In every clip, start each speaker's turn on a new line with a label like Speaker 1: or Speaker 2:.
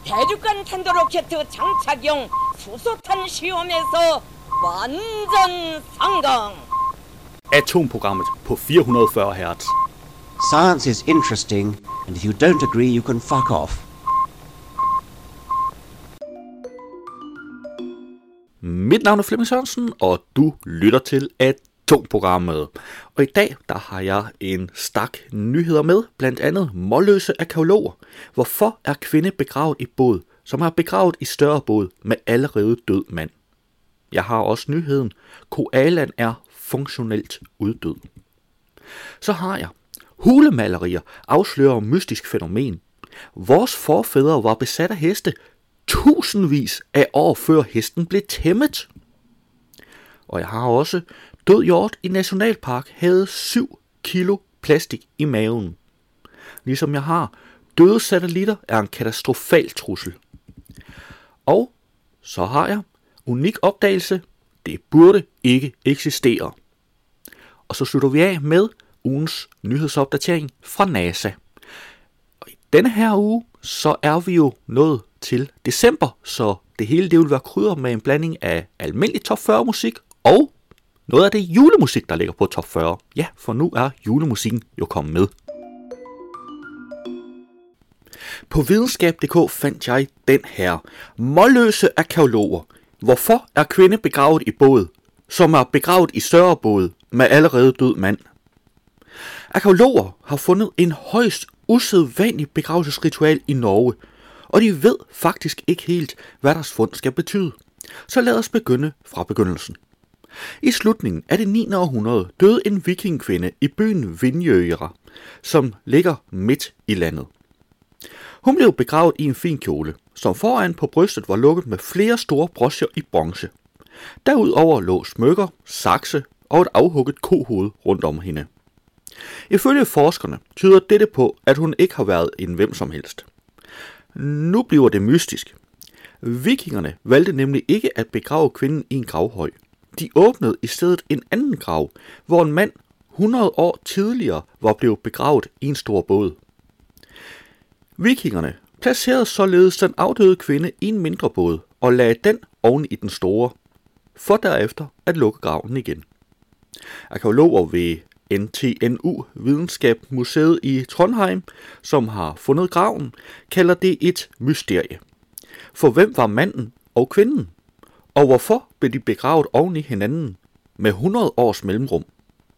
Speaker 1: 대륙간 탄도로켓 장착용 수소탄 시험에서 완전 성공.
Speaker 2: Atomprogrammet på 440 Hz.
Speaker 3: Science is interesting, and if you don't agree, you can fuck off.
Speaker 2: Mit navn er Flemming Sørensen, og du lytter til Atomprogrammet. Og i dag der har jeg en stak nyheder med, blandt andet målløse arkæologer. Hvorfor er kvinde begravet i båd, som er begravet i større båd med allerede død mand? Jeg har også nyheden, koalaen er funktionelt uddød. Så har jeg hulemalerier afslører mystisk fænomen. Vores forfædre var besat af heste tusindvis af år før hesten blev tæmmet. Og jeg har også død hjort i nationalpark havde 7 kilo plastik i maven. Ligesom jeg har døde satellitter er en katastrofal trussel. Og så har jeg unik opdagelse. Det burde ikke eksistere. Og så slutter vi af med ugens nyhedsopdatering fra NASA. Og i denne her uge, så er vi jo nået til december, så det hele det vil være krydret med en blanding af almindelig top 40 musik og noget af det julemusik, der ligger på top 40. Ja, for nu er julemusikken jo kommet med. På videnskab.dk fandt jeg den her. Målløse arkæologer. Hvorfor er kvinde begravet i båd, som er begravet i større båd med allerede død mand? Arkæologer har fundet en højst usædvanlig begravelsesritual i Norge, og de ved faktisk ikke helt, hvad deres fund skal betyde. Så lad os begynde fra begyndelsen. I slutningen af det 9. århundrede døde en vikingkvinde i byen Vinjøra, som ligger midt i landet. Hun blev begravet i en fin kjole, som foran på brystet var lukket med flere store brocher i bronze. Derudover lå smykker, sakse og et afhugget kohoved rundt om hende. Ifølge forskerne tyder dette på, at hun ikke har været en hvem som helst. Nu bliver det mystisk. Vikingerne valgte nemlig ikke at begrave kvinden i en gravhøj. De åbnede i stedet en anden grav, hvor en mand 100 år tidligere var blevet begravet i en stor båd. Vikingerne placerede således den afdøde kvinde i en mindre båd og lagde den oven i den store, for derefter at lukke graven igen. Arkæologer ved NTNU Videnskabsmuseet i Trondheim, som har fundet graven, kalder det et mysterie. For hvem var manden og kvinden? Og hvorfor blev de begravet oven i hinanden med 100 års mellemrum?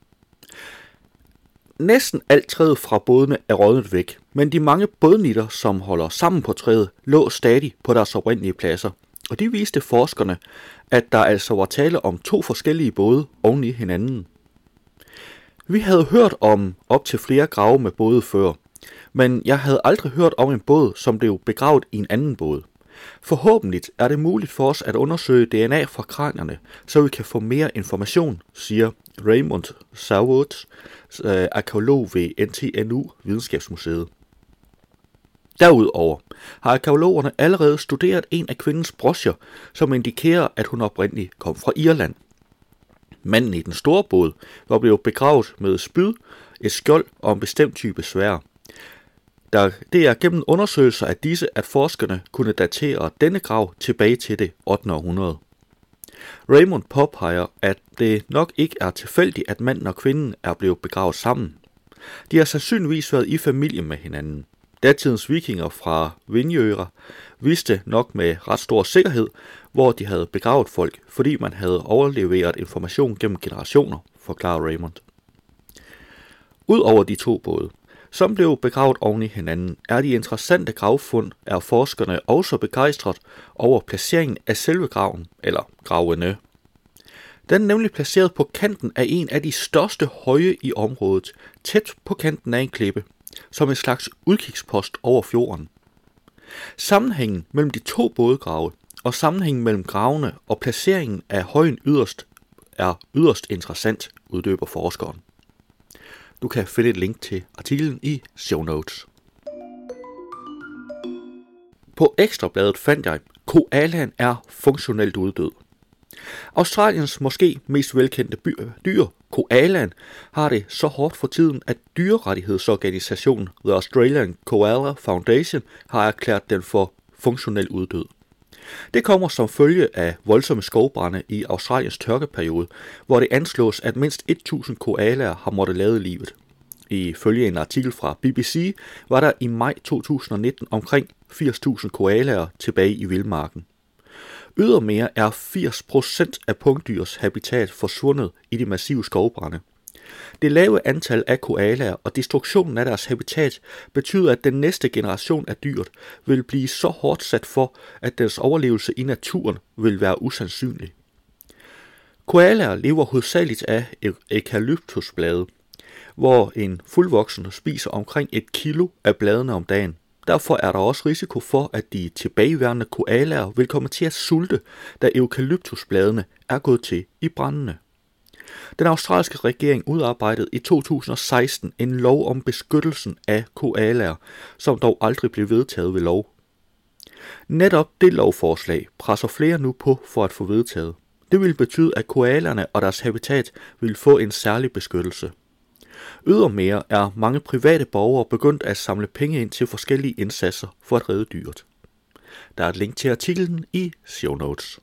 Speaker 2: Næsten alt træet fra bådene er rådnet væk, men de mange bådnitter, som holder sammen på træet, lå stadig på deres oprindelige pladser. Og de viste forskerne, at der altså var tale om 2 forskellige både oven i hinanden. Vi havde hørt om op til flere grave med både før, men jeg havde aldrig hørt om en båd, som blev begravet i en anden båd. Forhåbentlig er det muligt for os at undersøge DNA fra kranierne, så vi kan få mere information, siger Raymond Sawood, arkæolog ved NTNU Videnskabsmuseet. Derudover har arkæologerne allerede studeret en af kvindens brocher, som indikerer, at hun oprindeligt kom fra Irland. Manden i den store båd var blevet begravet med spyd, et skjold og en bestemt type sværd. Det er gennem undersøgelser af disse, at forskerne kunne datere denne grav tilbage til det 8. århundrede. Raymond påpeger, at det nok ikke er tilfældigt, at manden og kvinden er blevet begravet sammen. De har sandsynligvis været i familie med hinanden. Datidens vikinger fra Vinjøra vidste nok med ret stor sikkerhed, hvor de havde begravet folk, fordi man havde overleveret information gennem generationer, forklarer Raymond. Udover de 2 både, som blev begravet oven i hinanden, er de interessante gravfund, er forskerne også begejstret over placeringen af selve graven, eller gravene. Den er nemlig placeret på kanten af en af de største høje i området, tæt på kanten af en klippe, som en slags udkigspost over fjorden. Sammenhængen mellem de 2 bådgrave og sammenhængen mellem gravene og placeringen af højen yderst er yderst interessant, uddyber forskeren. Du kan finde et link til artiklen i show notes. På Ekstrabladet fandt jeg, koalaen er funktionelt uddød. Australiens måske mest velkendte dyr, koalaen, har det så hårdt for tiden, at dyrerettighedsorganisationen The Australian Koala Foundation har erklæret den for funktionel uddød. Det kommer som følge af voldsomme skovbrande i Australiens tørkeperiode, hvor det anslås, at mindst 1000 koalaer har måttet lade livet. Ifølge en artikel fra BBC var der i maj 2019 omkring 80.000 koalaer tilbage i vildmarken. Ydermere er 80% af pungdyrs habitat forsvundet i de massive skovbrande. Det lave antal af koalaer og destruktionen af deres habitat betyder, at den næste generation af dyret vil blive så hårdt sat for, at dens overlevelse i naturen vil være usandsynlig. Koalaer lever hovedsageligt af eukalyptusblade, hvor en fuldvoksen spiser omkring 1 kilo af bladene om dagen. Derfor er der også risiko for, at de tilbageværende koalaer vil komme til at sulte, da eukalyptusbladene er gået til i brændende. Den australske regering udarbejdede i 2016 en lov om beskyttelsen af koalaer, som dog aldrig blev vedtaget ved lov. Netop det lovforslag presser flere nu på for at få vedtaget. Det vil betyde, at koalerne og deres habitat vil få en særlig beskyttelse. Ydermere er mange private borgere begyndt at samle penge ind til forskellige indsatser for at redde dyret. Der er et link til artiklen i show notes.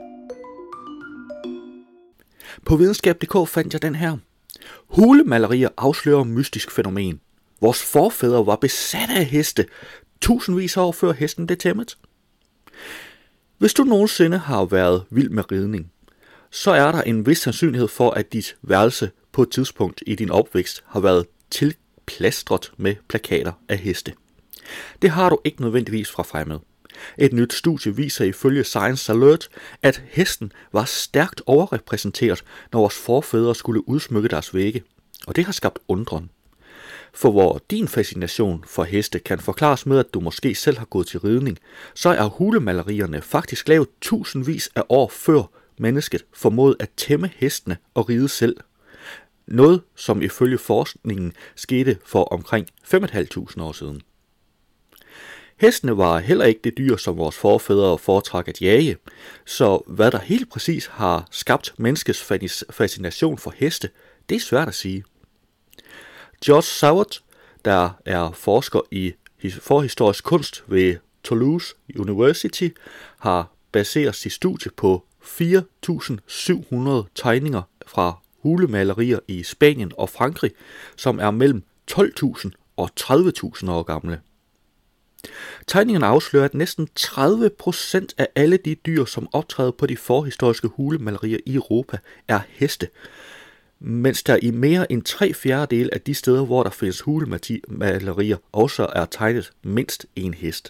Speaker 2: På videnskab.dk fandt jeg den her. Hulemalerier afslører mystisk fænomen. Vores forfædre var besatte af heste, tusindvis af år før hesten blev tæmmet. Hvis du nogensinde har været vild med ridning, så er der en vis sandsynlighed for, at dit værelse på et tidspunkt i din opvækst har været tilplastret med plakater af heste. Det har du ikke nødvendigvis fra fremmed. Et nyt studie viser ifølge Science Alert, at hesten var stærkt overrepræsenteret, når vores forfædre skulle udsmykke deres vægge, og det har skabt undren. For hvor din fascination for heste kan forklares med, at du måske selv har gået til ridning, så er hulemalerierne faktisk lavet tusindvis af år før mennesket formåede at tæmme hestene og ride selv. Noget, som ifølge forskningen skete for omkring 5.500 år siden. Hestene var heller ikke det dyr, som vores forfædre foretrak at jage, så hvad der helt præcis har skabt menneskets fascination for heste, det er svært at sige. George Saward, der er forsker i forhistorisk kunst ved Toulouse University, har baseret sit studie på 4.700 tegninger fra hulemalerier i Spanien og Frankrig, som er mellem 12.000 og 30.000 år gamle. Tegningerne afslører, at næsten 30% af alle de dyr, som optræder på de forhistoriske hulemalerier i Europa, er heste, mens der i mere end 3/4 af de steder, hvor der findes hulemalerier, også er tegnet mindst en hest.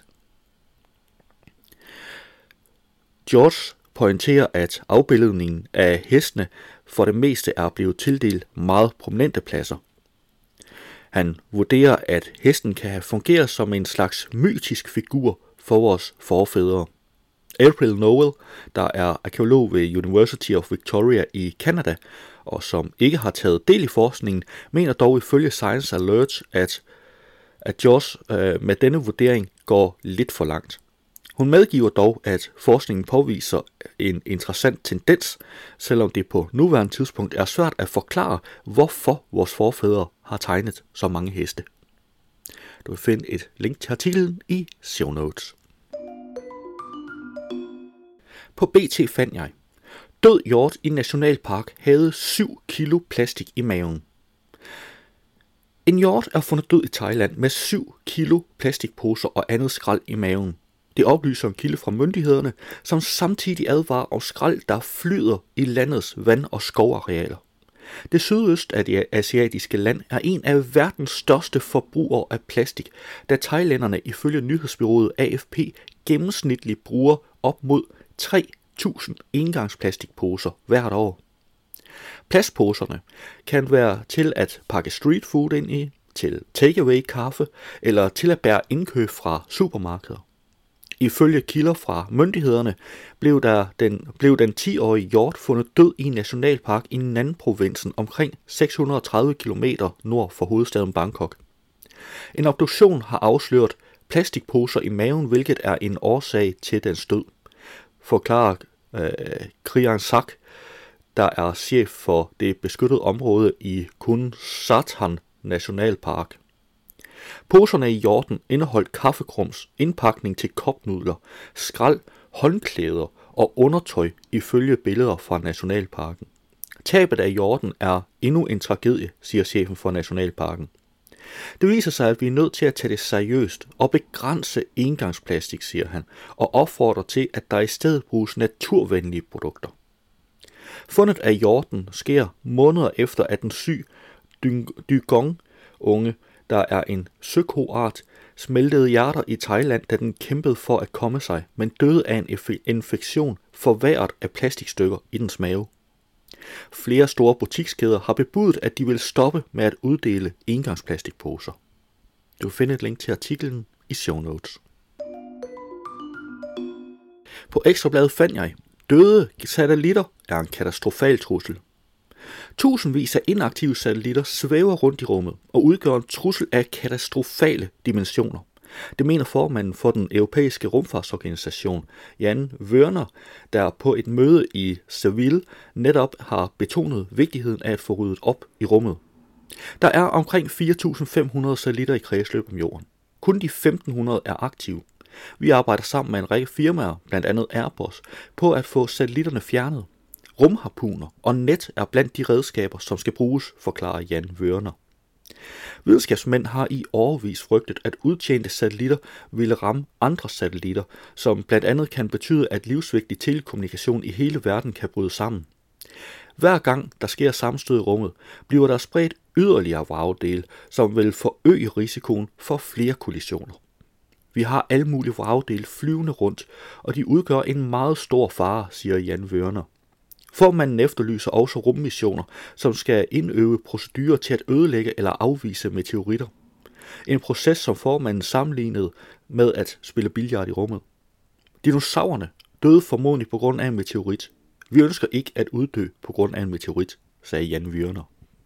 Speaker 2: George pointerer, at afbildningen af hestene for det meste er blevet tildelt meget prominente pladser. Han vurderer, at hesten kan have fungeret som en slags mytisk figur for vores forfædre. April Noel, der er arkæolog ved University of Victoria i Canada, og som ikke har taget del i forskningen, mener dog ifølge Science Alert, at George med denne vurdering går lidt for langt. Hun medgiver dog, at forskningen påviser en interessant tendens, selvom det på nuværende tidspunkt er svært at forklare, hvorfor vores forfædre har tegnet så mange heste. Du vil finde et link til artiklen i show notes. På BT fandt jeg, død hjort i nationalpark havde 7 kilo plastik i maven. En hjort er fundet død i Thailand med 7 kilo plastikposer og andet skrald i maven. Det oplyser en kilde fra myndighederne, som samtidig advarer om skrald, der flyder i landets vand- og skovarealer. Det sydøst af det asiatiske land er en af verdens største forbrugere af plastik, da thailænderne ifølge nyhedsbureauet AFP gennemsnitligt bruger op mod 3.000 engangsplastikposer hvert år. Plastposerne kan være til at pakke street food ind i, til takeaway kaffe eller til at bære indkøb fra supermarkeder. Ifølge kilder fra myndighederne blev den 10-årige hjort fundet død i en nationalpark i Nan-provinsen omkring 630 km nord for hovedstaden Bangkok. En obduktion har afsløret plastikposer i maven, hvilket er en årsag til dens død, forklarer Krian Sak, der er chef for det beskyttede område i Kun Satan Nationalpark. Poserne i hjorten indeholdt kaffekrums, indpakning til kopnudler, skrald, håndklæder og undertøj ifølge billeder fra Nationalparken. Tabet af hjorten er endnu en tragedie, siger chefen for Nationalparken. Det viser sig, at vi er nødt til at tage det seriøst og begrænse engangsplastik, siger han, og opfordrer til, at der i stedet bruges naturvenlige produkter. Fundet af hjorten sker måneder efter, at den syg dugong-unge, der er en søkoart, smeltede hjerter i Thailand, da den kæmpede for at komme sig, men døde af en infektion forværret af plastikstykker i dens mave. Flere store butikskæder har bebudet, at de vil stoppe med at uddele engangsplastikposer. Du finder et link til artiklen i show notes. På Ekstrabladet fandt jeg, døde satellitter er en katastrofal trussel. Tusindvis af inaktive satellitter svæver rundt i rummet og udgør en trussel af katastrofale dimensioner. Det mener formanden for den europæiske rumfartsorganisation, Jan Wörner, der på et møde i Seville netop har betonet vigtigheden af at få ryddet op i rummet. Der er omkring 4.500 satellitter i kredsløb om jorden. Kun de 1.500 er aktive. Vi arbejder sammen med en række firmaer, blandt andet Airbus, på at få satellitterne fjernet. Rumharpuner og net er blandt de redskaber, som skal bruges, forklarer Jan Wörner. Videnskabsmænd har i årevis frygtet, at udtjente satellitter ville ramme andre satellitter, som blandt andet kan betyde, at livsvigtig telekommunikation i hele verden kan bryde sammen. Hver gang der sker sammenstød i rummet, bliver der spredt yderligere vragdele, som vil forøge risikoen for flere kollisioner. Vi har alle mulige vragdele flyvende rundt, og de udgør en meget stor fare, siger Jan Wörner. Formanden efterlyser også rummissioner, som skal indøve procedurer til at ødelægge eller afvise meteoritter. En proces, som formanden sammenlignede med at spille billard i rummet. Dinosaurerne døde formodentlig på grund af en meteorit. Vi ønsker ikke at uddø på grund af en meteorit, sagde Jan Wörner.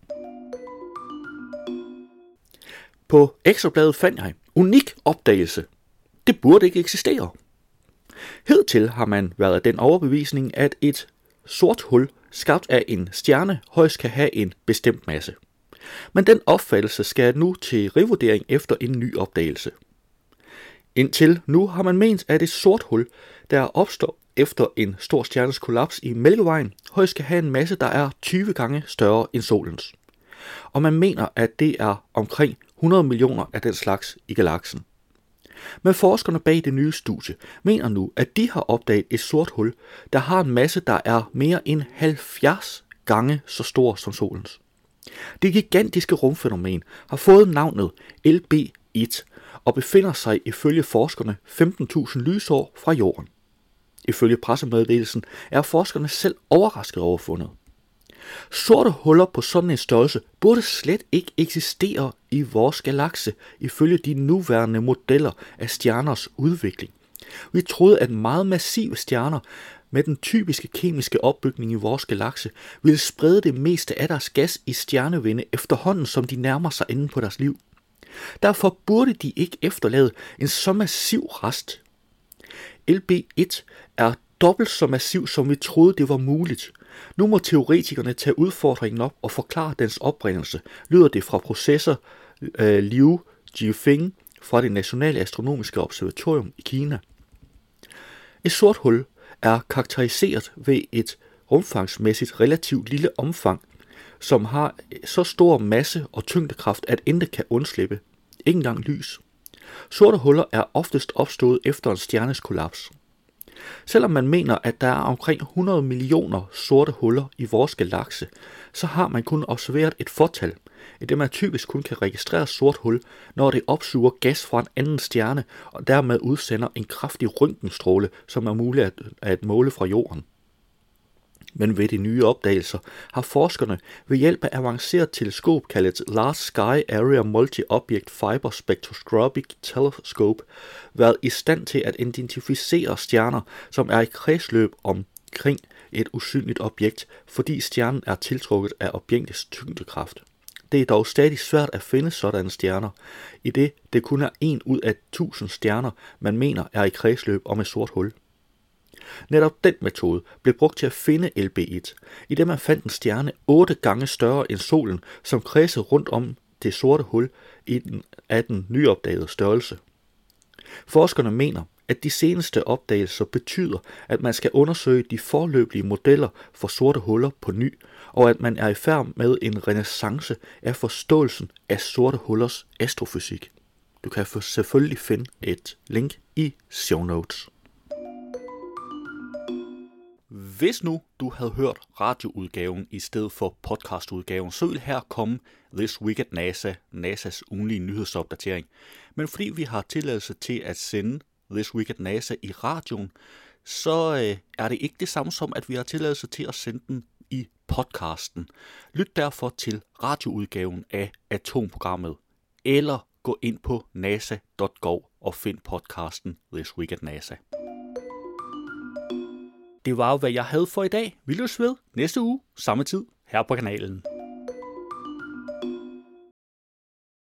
Speaker 2: På Ekstrabladet fandt jeg unik opdagelse. Det burde ikke eksistere. Hidtil har man været af den overbevisning, at et sort hul skabt af en stjerne højst kan have en bestemt masse. Men den opfattelse skal nu til revurdering efter en ny opdagelse. Indtil nu har man ment, at et sort hul, der opstår efter en stor stjernes kollaps i Mælkevejen, højst kan have en masse, der er 20 gange større end solens. Og man mener, at det er omkring 100 millioner af den slags i galaksen. Men forskerne bag det nye studie mener nu, at de har opdaget et sort hul, der har en masse, der er mere end 70 gange så stor som solens. Det gigantiske rumfænomen har fået navnet LB1 og befinder sig ifølge forskerne 15.000 lysår fra jorden. Ifølge pressemeddelelsen er forskerne selv overrasket over fundet. Sorte huller på sådan en størrelse burde slet ikke eksistere i vores galakse, ifølge de nuværende modeller af stjerners udvikling. Vi troede, at meget massive stjerner med den typiske kemiske opbygning i vores galakse ville sprede det meste af deres gas i stjernevinde efterhånden, som de nærmer sig enden på deres liv. Derfor burde de ikke efterlade en så massiv rest. LB1 er dobbelt så massiv, som vi troede det var muligt. Nu må teoretikerne tage udfordringen op og forklare dens oprindelse, lyder det fra professor Liu Jifeng fra det Nationale Astronomiske Observatorium i Kina. Et sort hul er karakteriseret ved et rumfangsmæssigt relativt lille omfang, som har så stor masse og tyngdekraft, at intet kan undslippe, ikke engang lys. Sorte huller er oftest opstået efter en stjernes kollaps. Selvom man mener, at der er omkring 100 millioner sorte huller i vores galakse, så har man kun observeret et fåtal, i det man typisk kun kan registrere sort hul, når det opsuger gas fra en anden stjerne og dermed udsender en kraftig røntgenstråle, som er mulig at måle fra jorden. Men ved de nye opdagelser har forskerne ved hjælp af avanceret teleskop kaldet Large Sky Area Multi-Object Fiber Spectroscopic Telescope været i stand til at identificere stjerner, som er i kredsløb omkring et usynligt objekt, fordi stjernen er tiltrukket af objektets tyngdekraft. Det er dog stadig svært at finde sådanne stjerner, idet det kun er 1 ud af 1000 stjerner, man mener er i kredsløb om et sort hul. Netop den metode blev brugt til at finde LB1, i det man fandt en stjerne 8 gange større end solen, som kredsede rundt om det sorte hul i den af den nyopdagede størrelse. Forskerne mener, at de seneste opdagelser betyder, at man skal undersøge de foreløbige modeller for sorte huller på ny, og at man er i færd med en renæssance af forståelsen af sorte hullers astrofysik. Du kan selvfølgelig finde et link i show notes. Hvis nu du havde hørt radioudgaven i stedet for podcastudgaven, så vil her komme This Week at NASA, NASA's ugenlige nyhedsopdatering. Men fordi vi har tilladelse til at sende This Week at NASA i radioen, så er det ikke det samme som, at vi har tilladelse til at sende den i podcasten. Lyt derfor til radioudgaven af Atomprogrammet, eller gå ind på nasa.gov og find podcasten This Week at NASA. Det var jo, hvad jeg havde for i dag. Vi løs ved næste uge, samme tid, her på kanalen.